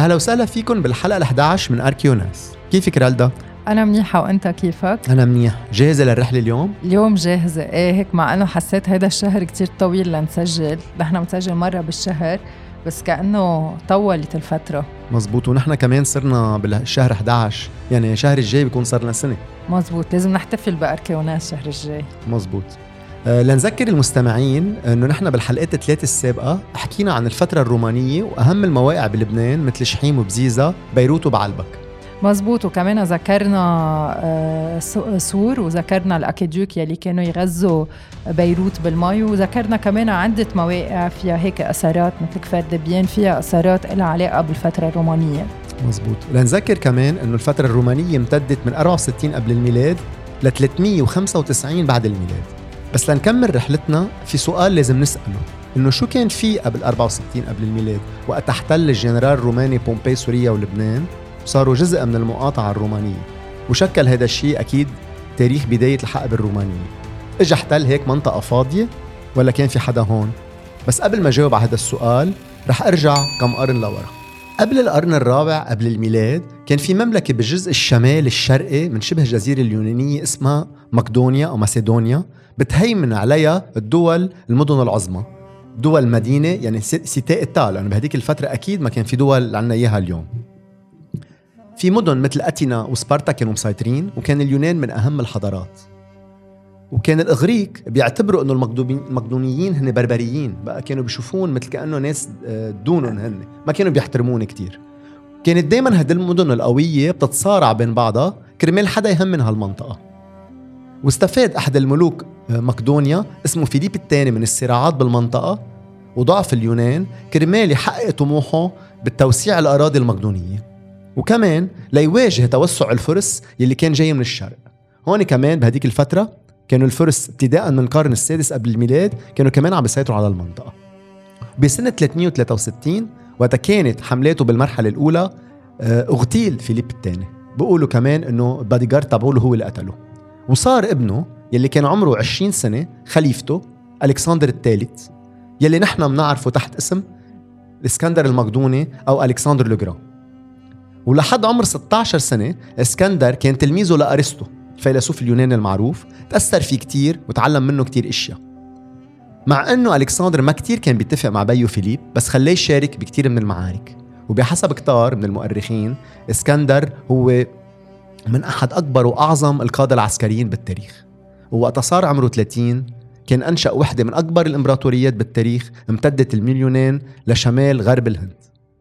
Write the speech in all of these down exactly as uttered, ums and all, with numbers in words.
أهلا وسهلا فيكم بالحلقة الأحد عشر من أركيوناس. كيفك رالدا؟ أنا منيحة وأنت كيفك؟ أنا منيح. جاهزة للرحلة اليوم؟ اليوم جاهزة إيه هيك، مع أنه حسيت هيدا الشهر كتير طويل لنسجل. نحن نسجل مرة بالشهر بس كأنه طولت الفترة. مزبوط، ونحن كمان صرنا بالشهر أحد عشر، يعني شهر الجاي بيكون صار لنا سنة. مزبوط، لازم نحتفل بأركيوناس الشهر الجاي. مزبوط. أه لنذكر المستمعين أنه نحن بالحلقات الثلاثة السابقة حكينا عن الفترة الرومانية وأهم المواقع بلبنان مثل شحيم وبزيزة، بيروت وبعلبك. مزبوط، وكمان ذكرنا سور وذكرنا الأكيدوك يلي كانوا يغزوا بيروت بالماء، وذكرنا كمان عدة مواقع فيها هيك أثارات مثل كفر دبيان فيها أثارات لها علاقة بالفترة الرومانية. مزبوط. لنذكر كمان أنه الفترة الرومانية امتدت من أربعة وستين قبل الميلاد ل ثلاثمية وخمسة وتسعين بعد الميلاد. بس لنكمل رحلتنا في سؤال لازم نسأله، إنه شو كان في قبل أربعة وستين قبل الميلاد وقت احتل الجنرال الروماني بومبي سوريا ولبنان وصاروا جزء من المقاطعة الرومانية، وشكل هذا الشيء أكيد تاريخ بداية الحقبة الرومانية. إجا احتل هيك منطقة فاضية ولا كان في حدا هون؟ بس قبل ما جاوب على هذا السؤال رح أرجع كم قرن لورا. قبل القرن الرابع قبل الميلاد كان في مملكة بالجزء الشمال الشرقي من شبه الجزيرة اليونانية اسمها مقدونيا أو مسيدونيا، بتهيمن عليها الدول المدن العظمى، دول مدينة يعني سيتاء التال، لأنه بهديك الفترة أكيد ما كان في دول عنا إياها اليوم. في مدن مثل أتينا وسبارتا كانوا مسيطرين، وكان اليونان من أهم الحضارات. وكان الإغريق بيعتبروا أنه المقدونيين هن بربريين، بقى كانوا بيشوفون مثل كأنه ناس دونهم، هن ما كانوا بيحترمون كتير. كانت دايما هذه المدن القوية بتتصارع بين بعضها كرمال حدا يهم من هالمنطقة. واستفاد أحد الملوك مقدونيا اسمه فيليب الثاني من الصراعات بالمنطقة وضعف اليونان كرمال يحقق طموحه بالتوسيع الأراضي المقدونية، وكمان ليواجه توسع الفرس يلي كان جاي من الشرق. هون كمان بهديك الفترة كانوا الفرس ابتداء من القرن السادس قبل الميلاد كانوا كمان عم بيسيطروا على المنطقة. بسنة ثلاثمية وثلاثة وستين وقت كانت حملاته بالمرحلة الأولى اغتيل فيليب الثاني، بيقولوا كمان انه باديغارد تبعوله هو اللي قتله، وصار ابنه يلي كان عمره عشرين سنة خليفته ألكسندر الثالث يلي نحن بنعرفه تحت اسم الإسكندر المقدوني أو ألكسندر لوغران. ولحد عمر ستة عشر سنة اسكندر كان تلميذه لأرسطو الفيلسوف اليوناني المعروف، تأثر فيه كتير وتعلم منه كتير اشياء. مع انه ألكسندر ما كتير كان بيتفق مع بيو فيليب، بس خليه يشارك بكتير من المعارك. وبحسب كتار من المؤرخين اسكندر هو من أحد أكبر وأعظم القادة العسكريين بالتاريخ. ووقت صار عمره ثلاثين كان أنشأ واحدة من أكبر الإمبراطوريات بالتاريخ امتدت من اليونان لشمال غرب الهند.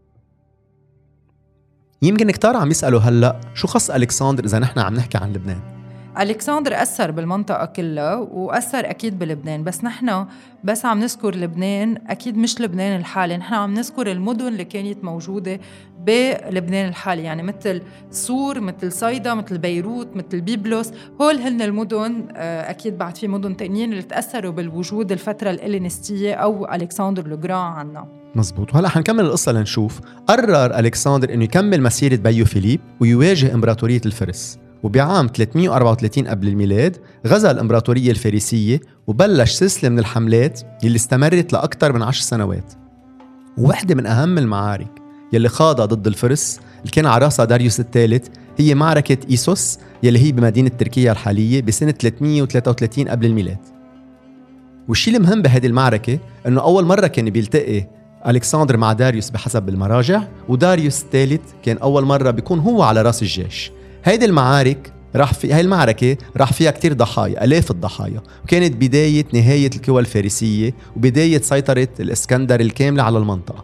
يمكن كتار عم يسألوا هلأ شو خص ألكسندر إذا نحن عم نحكي عن لبنان؟ ألكسندر أثر بالمنطقة كلها وأثر أكيد بلبنان، بس نحن بس عم نذكر لبنان، أكيد مش لبنان الحالي، نحن عم نذكر المدن اللي كانت موجودة بلبنان الحالي، يعني مثل سور، مثل صيدا، مثل بيروت، مثل بيبلوس. هول هن المدن، أكيد بعد في مدن تانيين اللي تأثروا بالوجود الفترة الإلينستية أو ألكسندر لوغران عنا. مزبوط. وهلأ حنكمل القصة لنشوف. قرر ألكسندر أنه يكمل مسيرة بيو فيليب ويواجه إمبراطورية الفرس، وبعام ثلاثمية وأربعة وثلاثين قبل الميلاد غزا الإمبراطورية الفارسية وبلش سلسلة من الحملات يلي استمرت لأكثر من عشر سنوات. وواحدة من أهم المعارك يلي خاضها ضد الفرس اللي كان على رأسها داريوس الثالث هي معركة إيسوس يلي هي بمدينة تركيا الحالية بسنة ثلاثمية وثلاثة وثلاثين قبل الميلاد. والشيء المهم بهذه المعركة إنه أول مرة كان بيلتقي ألكسندر مع داريوس بحسب المراجع، وداريوس الثالث كان أول مرة بيكون هو على رأس الجيش. هيدي المعارك راح في هاي المعركة راح فيها كتير ضحايا، آلاف الضحايا، وكانت بداية نهاية القوى الفارسية وبداية سيطرة الإسكندر الكاملة على المنطقة.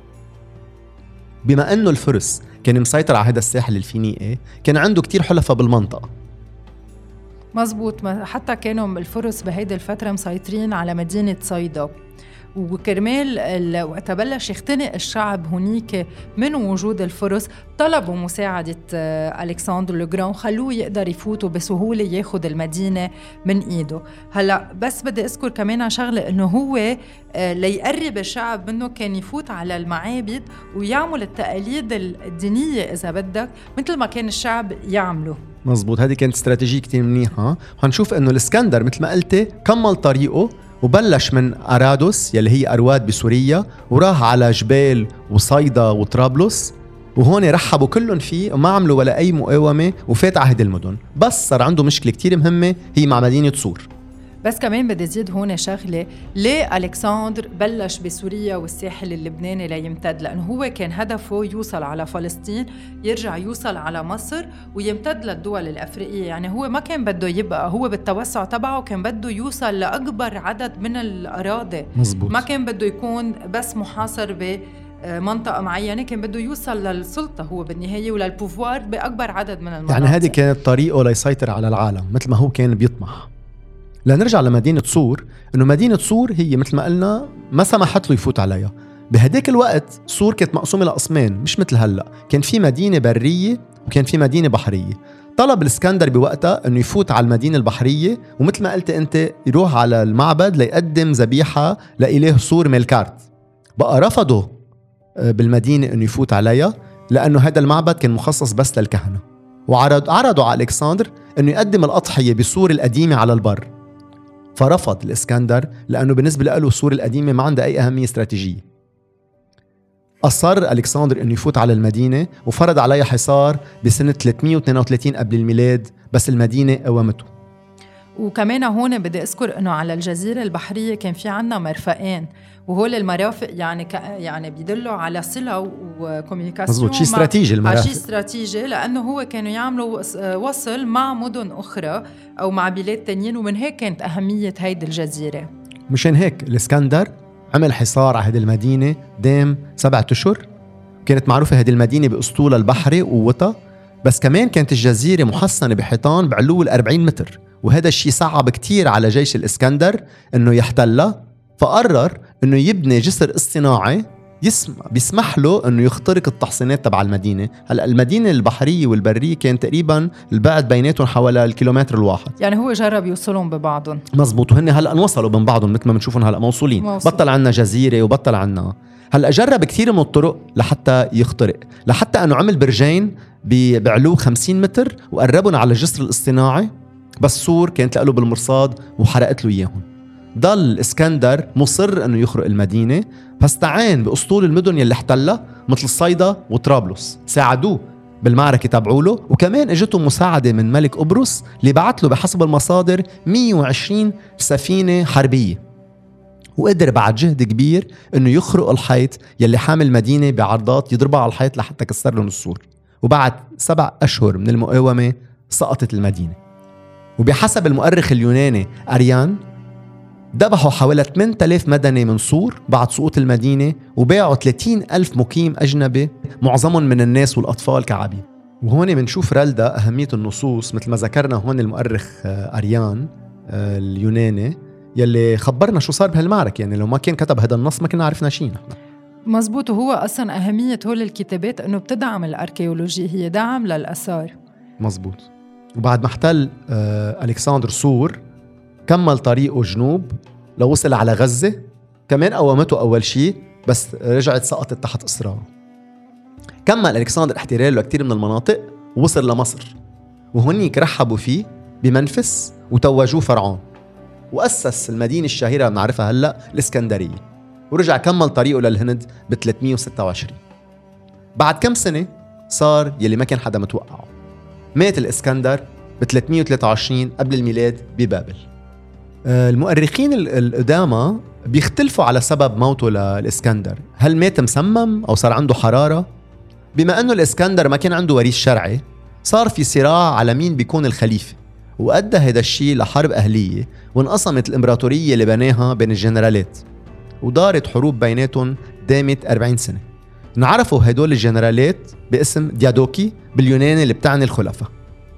بما أنه الفرس كان مسيطر على هذا الساحل الفينيقي كان عنده كتير حلفاء بالمنطقة. مزبوط، حتى كانوا الفرس بهيدي الفترة مسيطرين على مدينة صيدا، وكرمال وقت بلش يختنق الشعب هنيك من وجود الفرس طلبوا مساعدة ألكسندر لوغران وخلوه يقدر يفوتوا بسهولة ياخد المدينة من إيده. هلأ بس بدي أذكر كمان شغلة إنه هو ليقرب الشعب منه كان يفوت على المعابد ويعمل التقاليد الدينية إذا بدك مثل ما كان الشعب يعمله. مزبوط، هذه كانت استراتيجية كتير منيحة. هنشوف إنه الإسكندر مثل ما قلت كمل طريقه وبلش من أرادوس يلي هي أرواد بسوريا وراح على جبال وصيدا وطرابلس، وهون رحبوا كلهم فيه وما عملوا ولا أي مقاومة وفات على هيدي المدن. بس صار عنده مشكلة كتير مهمة هي مع مدينة صور. بس كمان بدي زيد هون شغلة، ليه ألكسندر بلش بسوريا والساحل اللبناني ليمتد؟ لأنه هو كان هدفه يوصل على فلسطين، يرجع يوصل على مصر ويمتد للدول الأفريقية. يعني هو ما كان بده يبقى هو بالتوسع تبعه، كان بده يوصل لأكبر عدد من الأراضي. مزبوط. ما كان بده يكون بس محاصر ب منطقة معينة، كان بده يوصل للسلطة هو بالنهاية وللبوفوار بأكبر عدد من المناطق. يعني هذه كانت طريقه ليسيطر على العالم مثل ما هو كان بيطمح. لنرجع لمدينة صور، إنه مدينة صور هي مثل ما قلنا ما سمحت له يفوت عليها. بهديك الوقت صور كانت مقسومة لقسمين، مش مثل هلأ، كان في مدينة برية وكان في مدينة بحرية. طلب الإسكندر بوقتها إنه يفوت على المدينة البحرية، ومثل ما قلت أنت يروح على المعبد ليقدم ذبيحة لإله صور ميلكارت. بقى رفضوا بالمدينة إنه يفوت عليها لأنه هذا المعبد كان مخصص بس للكهنة، وعرض عرضوا على ألكسندر إنه يقدم الأضحية بصور القديمة على البر. فرفض الإسكندر لأنه بالنسبة له الصور القديمة ما عندها أي أهمية استراتيجية. أصر ألكسندر إنه يفوت على المدينة وفرض عليها حصار بسنة ثلاثمية واثنين وثلاثين قبل الميلاد، بس المدينة قاومته. وكمان هون بدي أذكر إنه على الجزيرة البحرية كان في عنا مرفقين، وهول المرافق يعني ك... يعني بيدلوا على صلة وكوميونيكاسيون. مزبوط، شيء استراتيجي المرافق. شيء استراتيجي لأنه هو كانوا يعملوا وصل مع مدن أخرى أو مع بلاد تانيين، ومن هيك كانت أهمية هيدي الجزيرة. مشان هيك الإسكندر عمل حصار على هذه المدينة دام سبعة أشهر. كانت معروفة هذه المدينة بأسطولها البحري وقوتها، بس كمان كانت الجزيرة محصنة بحيطان بعلو الأربعين متر، وهذا الشيء صعب كتير على جيش الإسكندر إنه يحتلها. فقرر إنه يبني جسر اصطناعي يسمح بيسمح له إنه يخترق التحصينات تبع المدينة. هلا المدينة البحرية والبرية كان تقريبا البعد بيناتهم حوالي الكيلومتر الواحد، يعني هو جرب يوصلهم ببعضهم. مزبوط، وهن هلا انوصلوا بين بعضهم مثل ما بنشوفهم هلا موصولين موصول. بطل عنا جزيرة وبطل عنا. هلا جرب كثير من الطرق لحتى يخترق، لحتى انه عمل برجين بعلو خمسين متر وقربهم على الجسر الاصطناعي، بس صور كانت له بالمرصاد وحرقت له اياهم. ضل الاسكندر مصر انه يخرق المدينة، فاستعان باسطول المدن يلي احتلها مثل صيدا وطرابلس، ساعدوه بالمعركة تبعوله، وكمان اجته مساعدة من ملك قبرص اللي بعت له بحسب المصادر مية وعشرين سفينة حربية. وقدر بعد جهد كبير انه يخرق الحيط يلي حامل مدينة بعرضات يضربها على الحيط لحتى كسر لهم السور. وبعد سبع اشهر من المقاومة سقطت المدينة. وبحسب المؤرخ اليوناني أريان ذبحوا حوالي ثمانية آلاف مدني من صور بعد سقوط المدينة، وباعوا ثلاثين ألف مقيم أجنبي معظمهم من الناس والأطفال كعبيد. وهون بنشوف رالدا أهمية النصوص مثل ما ذكرنا هون المؤرخ أريان اليوناني يلي خبرنا شو صار بهالمعركة. يعني لو ما كان كتب هذا النص ما كنا عرفنا شيء نحن. مزبوط، وهو أصلا أهمية هول الكتابات أنه بتدعم الأركيولوجيا، هي دعم للأثار. مزبوط. وبعد ما احتل ألكسندر صور كمل طريقه جنوب لوصل على غزة، كمان قوامته أول شيء بس رجعت سقطت تحت إصراره. كمل ألكسندر احتلاله لكتير من المناطق ووصل لمصر، وهنيك رحبوا فيه بمنفس وتوجوه فرعون، وأسس المدينة الشهيرة بنعرفها هلأ الإسكندرية، ورجع كمل طريقه للهند ب ثلاثمية وستة وعشرين. بعد كم سنة صار يلي ما كان حدا متوقعه، مات الإسكندر ب ثلاثمية وثلاثة وعشرين قبل الميلاد ببابل. المؤرخين القدامى بيختلفوا على سبب موته للإسكندر، هل مات مسمم أو صار عنده حرارة؟ بما أنه الإسكندر ما كان عنده وريث شرعي صار في صراع على مين بيكون الخليفة، وأدى هذا الشيء لحرب أهلية، وانقسمت الإمبراطورية اللي بناها بين الجنرالات، ودارت حروب بيناتهم دامت أربعين سنة. نعرفوا هدول الجنرالات باسم ديادوكي باليوناني اللي بتعني الخلفاء.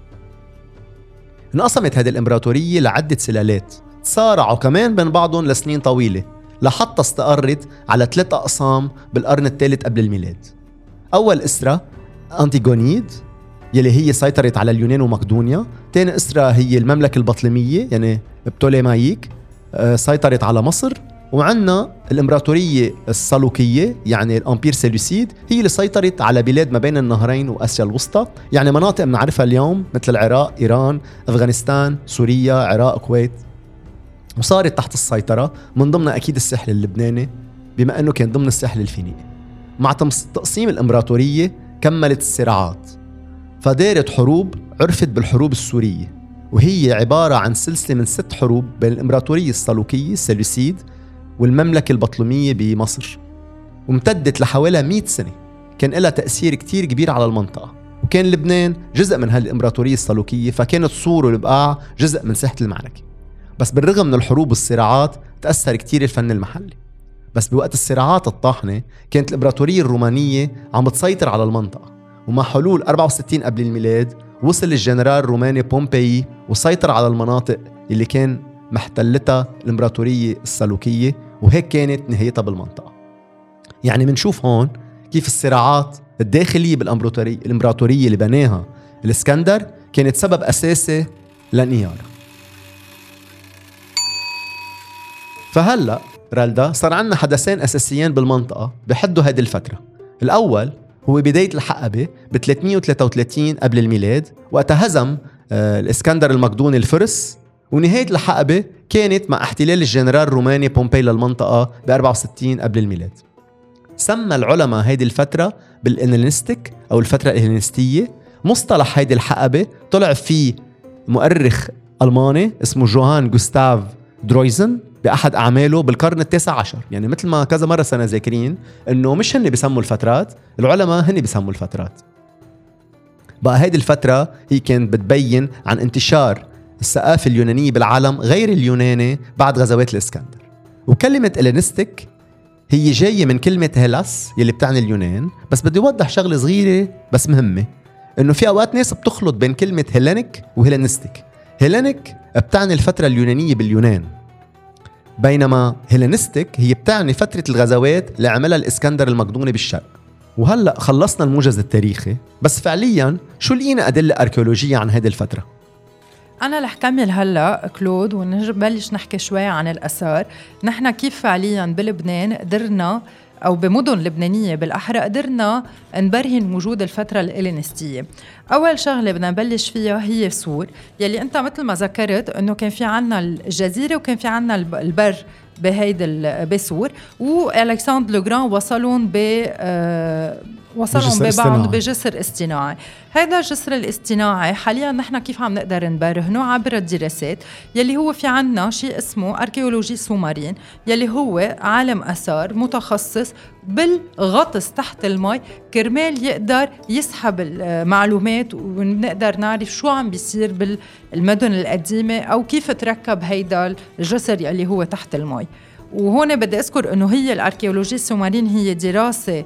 انقسمت هذه الإمبراطورية لعدة سلالات، تصارعوا كمان بين بعضهم لسنين طويلة لحتى استقرت على ثلاث أقسام بالقرن الثالث قبل الميلاد. أول أسرة أنتيغونيد يلي هي سيطرت على اليونان ومقدونيا. تاني أسرة هي المملكة البطلمية يعني بتوليمايك سيطرت على مصر. وعندنا الإمبراطورية السلوكية يعني الأمبير سيلوسيد هي اللي سيطرت على بلاد ما بين النهرين وآسيا الوسطى، يعني مناطق بنعرفها اليوم مثل العراق، إيران، أفغانستان، سوريا، عراق، كويت، وصارت تحت السيطرة من ضمن أكيد الساحل اللبناني بما أنه كان ضمن الساحل الفينيقي. مع تقسيم الإمبراطورية كملت الصراعات، فدارت حروب عرفت بالحروب السورية، وهي عبارة عن سلسلة من ست حروب بين الإمبراطورية السلوكية السلوسيد والمملكة البطلمية بمصر، وامتدت لحوالي مئة سنة. كان لها تأثير كتير كبير على المنطقة، وكان لبنان جزء من هالإمبراطورية السلوكية، فكانت صور والبقاع جزء من ساحة المعركة. بس بالرغم من الحروب والصراعات تأثر كتير الفن المحلي. بس بوقت الصراعات الطاحنة كانت الإمبراطورية الرومانية عم تسيطر على المنطقة، ومع حلول أربعة وستين قبل الميلاد وصل الجنرال الروماني بومبيي وسيطر على المناطق اللي كان محتلتها الإمبراطورية السلوكية، وهيك كانت نهايتها بالمنطقة. يعني منشوف هون كيف الصراعات الداخلية بالإمبراطورية الإمبراطورية اللي بناها الإسكندر كانت سبب أساسي لانهيارها. فهلأ رالدا صار عنا حدثين أساسيين بالمنطقة بحدوا هذه الفترة. الأول هو بداية الحقبة ب ثلاثمئة وثلاثة وثلاثين قبل الميلاد، وقت هزم آه الإسكندر المقدوني الفرس، ونهاية الحقبة كانت مع احتلال الجنرال الروماني بومبي للمنطقة ب أربعة وستين قبل الميلاد. سمى العلماء هيدي الفترة بالإلينستيك أو الفترة الإلينستية. مصطلح هيدي الحقبة طلع فيه مؤرخ ألماني اسمه جوهان جوستاف درويزن بأحد أعماله بالقرن التاسع عشر. يعني مثل ما كذا مرة سنة ذاكرين إنه مش هن بيسموا الفترات، العلماء هن بيسموا الفترات. بقى هيدي الفترة هي كانت بتبين عن انتشار الثقافة اليونانية بالعالم غير اليوناني بعد غزوات الإسكندر. وكلمة إلينستيك هي جاية من كلمة هيلاس يلي بتعني اليونان. بس بدي أوضح شغلة صغيرة بس مهمة، إنه في أوقات ناس بتخلط بين كلمة هيلينيك وهيلينستيك. هيلينيك بتعني الفترة اليونانية باليونان، بينما هيلينستيك هي بتعني فترة الغزوات اللي عملها الإسكندر المقدوني بالشرق. وهلأ خلصنا الموجز التاريخي، بس فعلياً شو لقينا أدلة أركيولوجية عن هذه الفترة؟ أنا رح كمل هلأ كلود ونبلش نحكي شوي عن الأثار. نحن كيف فعلياً بلبنان قدرنا أو بمدن لبنانية بالأحرى قدرنا نبرهن وجود الفترة الإلينستية. أول شغلة بدنا نبلش فيها هي سور، يلي أنت مثل ما ذكرت أنه كان في عنا الجزيرة وكان في عنا البر بهيدا بسور، والكسندر لوغران وصلون ب آه وصلهم ببعض بجسر اصطناعي. هذا الجسر الاصطناعي حاليا نحن كيف عم نقدر نبرهنه؟ عبر الدراسات يلي هو في عنا شيء اسمه أركيولوجي سومارين، يلي هو عالم أثار متخصص بالغطس تحت الماء كرمال يقدر يسحب المعلومات ونقدر نعرف شو عم بيصير بالمدن القديمة أو كيف تركب هيدا الجسر يلي هو تحت الماء. وهون بدي أذكر أنه هي الأركيولوجي السومارين هي دراسة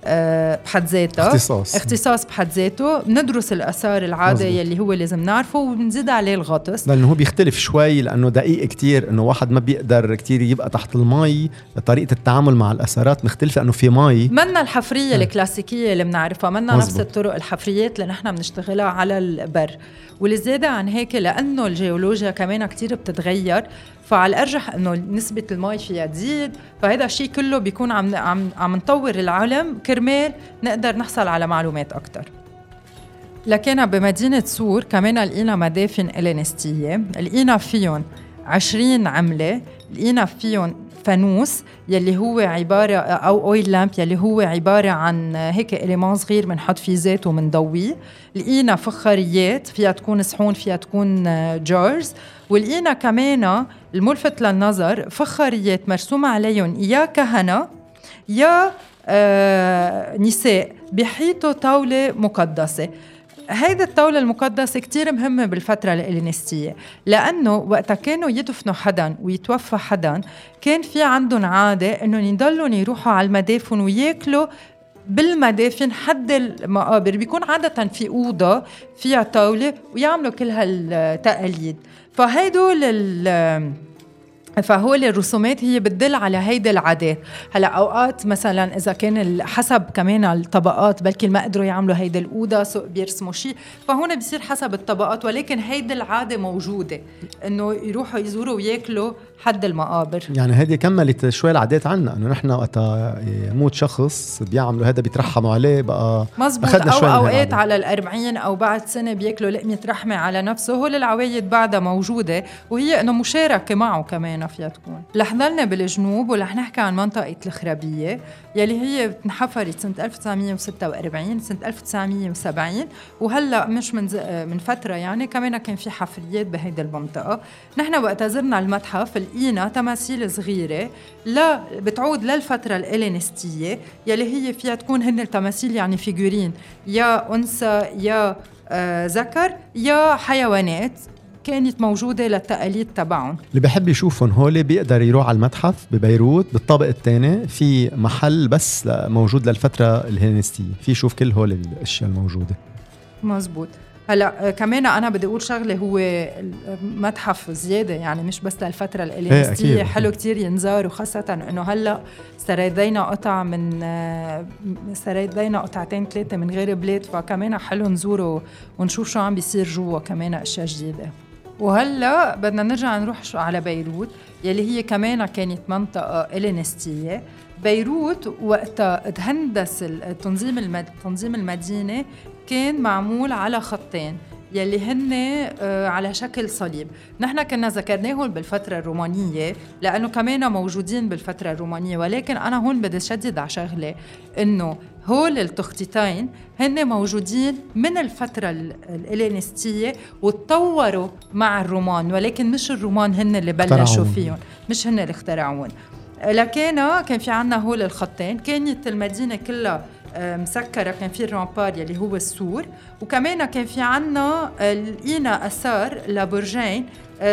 بحد ذاتها، اختصاص اختصاص بحد ذاته. ندرس الآثار العادة يلي هو لازم نعرفه وبنزيد عليه الغطس، لأنه هو بيختلف شوي، لأنه دقيق كتير، إنه واحد ما بيقدر كتير يبقى تحت المي. طريقة التعامل مع الأثارات مختلفة، لأنه في مي منا الحفرية اه. الكلاسيكية اللي بنعرفها، منا نفس الطرق الحفريات اللي نحن بنشتغلها على البر. ولزيادة عن هيك لأنه الجيولوجيا كمان كتير بتتغير، فعلى الأرجح أنه نسبة الماء فيها تزيد، فهذا الشيء كله بيكون عم عم عم نطور العلم كرمال نقدر نحصل على معلومات أكتر. لكن بمدينة سور كمان لقينا مدافن إلينستية، لقينا فيهم عشرين عملة، لقينا فيهم فانوس يلي هو عبارة أو أويل لامب يلي هو عبارة عن هيك إليمان صغير منحط فيه زيت ومنضويه. لقينا فخاريات فيها تكون صحون فيها تكون جارز. ولقينا كمان الملفت للنظر فخاريات مرسوم عليهم يا كهنة يا آه نساء بحيطوا طاولة مقدسة. هيدا الطاولة المقدسة كتير مهمة بالفترة الإلينستية، لأنه وقتا كانوا يدفنوا حدا ويتوفى حدا كان في عندهم عادة أنه يضلون يروحوا على المدافن وياكلوا بالمدافن حد المقابر. بيكون عادة في أوضة فيها طاولة ويعملوا كل هالتقاليد. فهيدول ال فهول الرسومات هي بتدل على هيدا العادات. هلا اوقات مثلا اذا كان حسب كمان الطبقات بلكي ما قدروا يعملوا هيدا الاوضه سو بيرسموا شيء، فهون بيصير حسب الطبقات. ولكن هيدا العاده موجوده انه يروحوا يزوروا وياكلوا حد المقابر. يعني هذه كملت شوي العادات عنا، انه نحن وقت يموت شخص بيعملوا هذا بيترحموا عليه بقى مزبوط، او اوقات على الأربعين او بعد سنه بياكلوا لقمه رحمه على نفسه. هول العوايد بعدها موجوده، وهي انه مشاركه معه كمان فيها تكون. رح نضلنا بالجنوب ورح نحكي عن منطقه الخرابيه يلي هي انحفرت سنه ألف وتسعمية وستة وأربعين سنه ألف وتسعمية وسبعين، وهلا مش من من فتره يعني كمان كان في حفريات بهيدي المنطقه. نحن وقت زرنا المتحف لقينا تماثيل صغيره لا بتعود للفتره الهلينستيه يلي هي فيها تكون هن التماثيل يعني فيجورين يا انثى يا آه ذكر يا حيوانات كانت موجودة للتقاليد تبعهم. اللي بحب يشوفهم هولي بيقدر يروح على المتحف ببيروت بالطابق الثاني، في محل بس موجود للفترة الهلينستية، في يشوف كل هول الأشياء الموجودة. مزبوط. هلا كمان أنا بدي أقول شغلة، هو متحف زيادة يعني مش بس للفترة الهلينستية، حلو كتير ينزار، وخاصة إنه هلا استردينا قطع من استردينا قطعتين ثلاثة من غير بلاد، فكمان حلو نزوره ونشوف شو عم بيصير جوا كمان أشياء جديدة. وهلا بدنا نرجع نروح على بيروت يلي هي كمان كانت منطقة هلينستية. بيروت وقتها تهندس التنظيم المد... تنظيم المدينة كان معمول على خطين يلي هن على شكل صليب. نحن كنا ذكرناهم بالفترة الرومانية لأنه كمان موجودين بالفترة الرومانية، ولكن أنا هون بدي شدد على شغلة إنه هول التخطيطين هن موجودين من الفترة الهلينستية وتطوروا مع الرومان، ولكن مش الرومان هن اللي بلشوا فيهم، مش هن اللي اخترعون. لكن كان في عنا هول الخطين، كانت المدينة كلها مسكرة، كان في الرامبار يلي هو السور، وكمان كان في عنا لقينا أثار لبرجين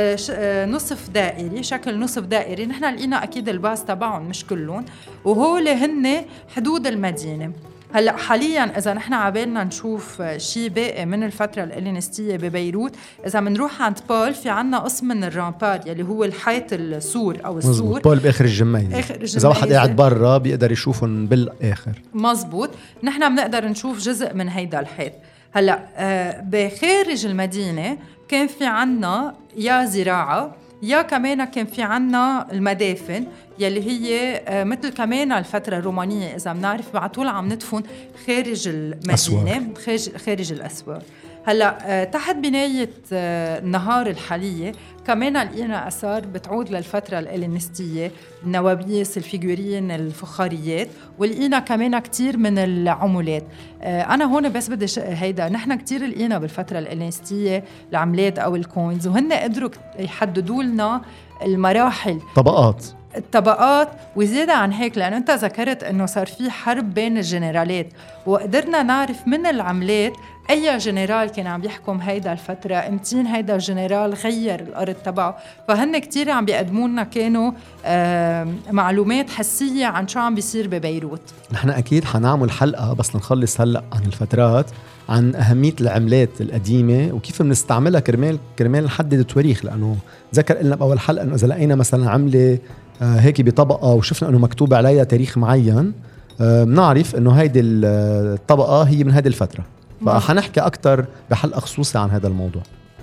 نصف دائري، شكل نصف دائري. نحن لقينا أكيد الباس تبعهم مش كلهم، وهول هن حدود المدينة. هلأ حالياً إذا نحن عبالنا نشوف شيء باقي من الفترة الهلينستية ببيروت، إذا منروح عند بول في عنا قسم من الرامبار يلي هو الحيط السور أو السور. مزبوط. بول بآخر الجميزة، إذا واحد قاعد برا بيقدر يشوفهم بالآخر. مزبوط. نحن بنقدر نشوف جزء من هيدا الحيط. هلأ آه بخارج المدينة كان في عنا يا زراعة يا كمان كان في عنا المدافن يلي هي مثل كمان الفترة الرومانية، إذا بنعرف بعطول عم ندفن خارج المدينة، خارج, خارج الأسوار. هلأ تحت بناية النهار الحالية كمان لقينا أثار بتعود للفترة الهلينستية، النوابيس، الفيجورين، الفخاريات، ولقينا كمان كتير من العملات. أنا هون بس بدي هيدا، نحن كتير لقينا بالفترة الهلينستية العملات أو الكوينز، وهن قدروا يحددوا لنا المراحل، طبقات الطبقات. وزيادة عن هيك لأنه أنت ذكرت أنه صار في حرب بين الجنرالات، وقدرنا نعرف من العملات أي جنرال كان عم يحكم هيدا الفترة، امتين هيدا الجنرال غير الأرض تبعه. فهن كتير عم بيقدمونا كانوا معلومات حسية عن شو عم بيصير ببيروت. نحن أكيد حنعمل حلقة بس نخلص هلأ عن الفترات، عن أهمية العملات القديمة وكيف بنستعملها كرمال كرمال نحدد التواريخ. لأنه ذكر قلنا بأول حلقة أنه إذا لقينا مثلا عملة هيك بطبقة وشفنا أنه مكتوب عليها تاريخ معين، بنعرف أنه هيدي الطبقة هي من هذه الفترة. فحنحكي أكتر بحلقة خصوصي عن هذا الموضوع.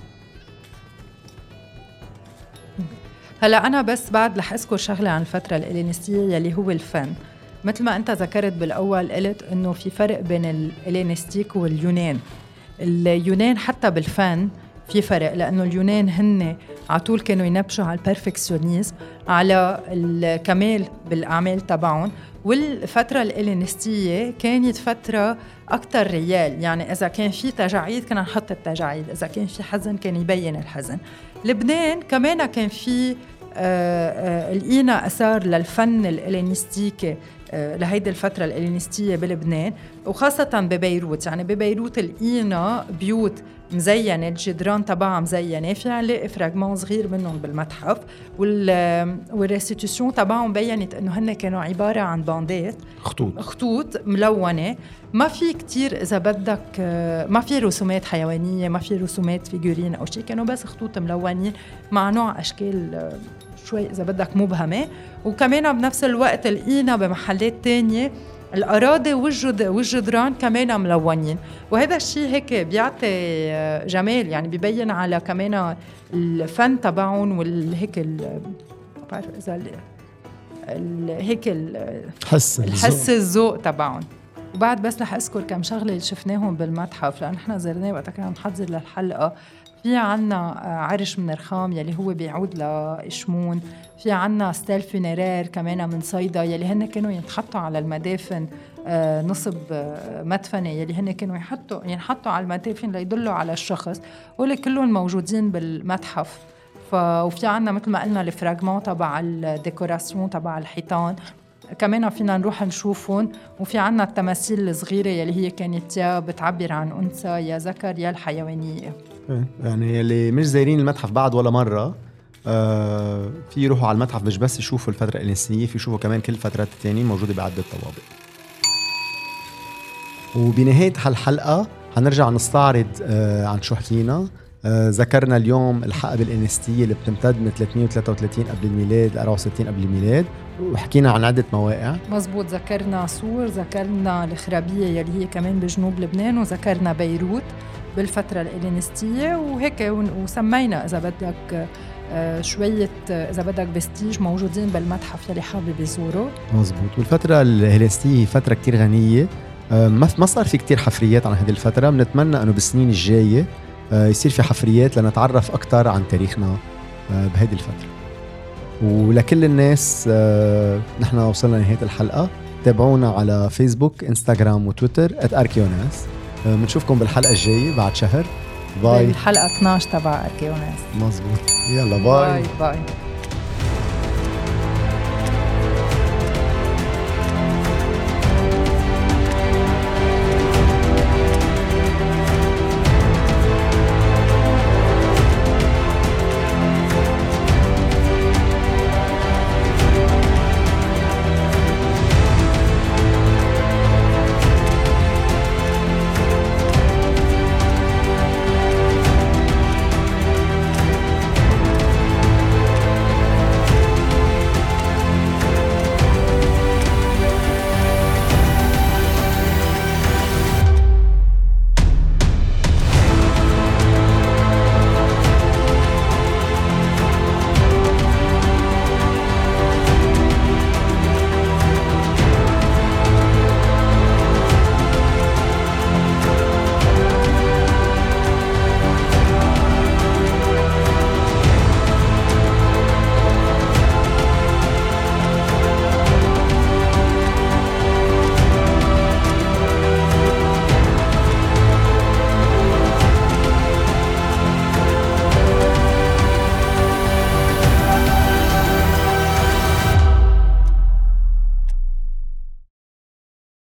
هلأ أنا بس بعد رح أذكر شغلة عن الفترة الهلينستية يلي هو الفن. مثل ما أنت ذكرت بالأول قلت أنه في فرق بين الهلينستيك واليونان. اليونان حتى بالفن في فرق، لأنه اليونان هن عطول كانوا ينبشوا على البرفكسيونيزم، على الكمال بالأعمال تبعهم. والفترة الهلينستية كانت فترة أكتر ريال، يعني إذا كان في تجاعيد كنا نحط التجاعيد، إذا كان في حزن كان يبين الحزن. لبنان كمان كان في لقينا أثار للفن الهلينستيكي لهيدي الفترة الهلينستية بلبنان، وخاصة ببيروت. يعني ببيروت لقينا بيوت مزينة، الجدران تبعها مزينة، فينا نلاقي فراغمان صغير منهم بالمتحف، والريستيتيوشن تبعهم بيّنت إنه هن كانوا عبارة عن باندات، خطوط خطوط ملونة، ما في كتير إذا بدك، ما في رسومات حيوانية، ما في رسومات فيجورين أو شيء، كانوا بس خطوط ملونين مع نوع أشكال شوي إذا بدك مبهمة. وكمان بنفس الوقت لقينا بمحلات تانية الأراضي والجدران كمان ملونين، وهذا الشيء هيك بيعطي جمال، يعني بيبين على كمان الفن تبعهم والهيك بعرف إذا ال... ال... هيك ال... حس الحس الذوق تبعهم. وبعد بس رح أذكر كم شغلة اللي شفناهم بالمتحف، لأن نحن زرناه وقت كنا نحضر للحلقة. في عنا عرش من رخام يلي هو بيعود لإشمون، في عنا ستيل فينيرير كمان من صيدا يلي هن كانوا ينحطوا على المدافن، نصب مدفنة يلي هن كانوا يحطوا ينحطوا على المدافن ليدلوا على الشخص، ولي كلهم موجودين بالمتحف. وفي عنا مثل ما قلنا الفراغمون تبع الديكوراسيون تبع الحيطان كمان فينا نروح نشوفهم. وفي عنا التماثيل الصغيرة يلي هي كانت يا بتعبر عن أنثى يا ذكر يا الحيوانية. يعني اللي مش زايرين المتحف بعد ولا مرة آه في يروحوا على المتحف، مش بس يشوفوا الفترة الإنسانية، في يشوفوا كمان كل الفترات التانية موجودة بعدة طوابق. وبنهاية هالحلقة هنرجع نستعرض آه عن شو حكينا. آه ذكرنا اليوم الحقبة الإنستية اللي بتمتد من ثلاثمية وثلاثة وثلاثين قبل الميلاد ل أربعة وستين قبل الميلاد، وحكينا عن عدة مواقع. مزبوط، ذكرنا سور، ذكرنا الخرابية يلي هي كمان بجنوب لبنان، وذكرنا بيروت بالفترة الإلينستية وهيك، وسمينا إذا بدك آه شوية إذا بدك بستيج موجودين بالمتحف يلي حابب يزوره. مزبوط. والفترة الهلينستية فترة كتير غنية، آه ما صار في كتير حفريات عن هذه الفترة. بنتمنى أنه بالسنين الجاية آه يصير في حفريات لنتعرف أكتر عن تاريخنا آه بهذه الفترة. ولكل الناس آه نحن وصلنا لنهاية الحلقة. تابعونا على فيسبوك انستغرام وتويتر ات اركيوناس. بنشوفكم بالحلقة الجاية بعد شهر. باي. الحلقة اثناشر تبع أركيوناس. مزبوط. يلا باي باي باي.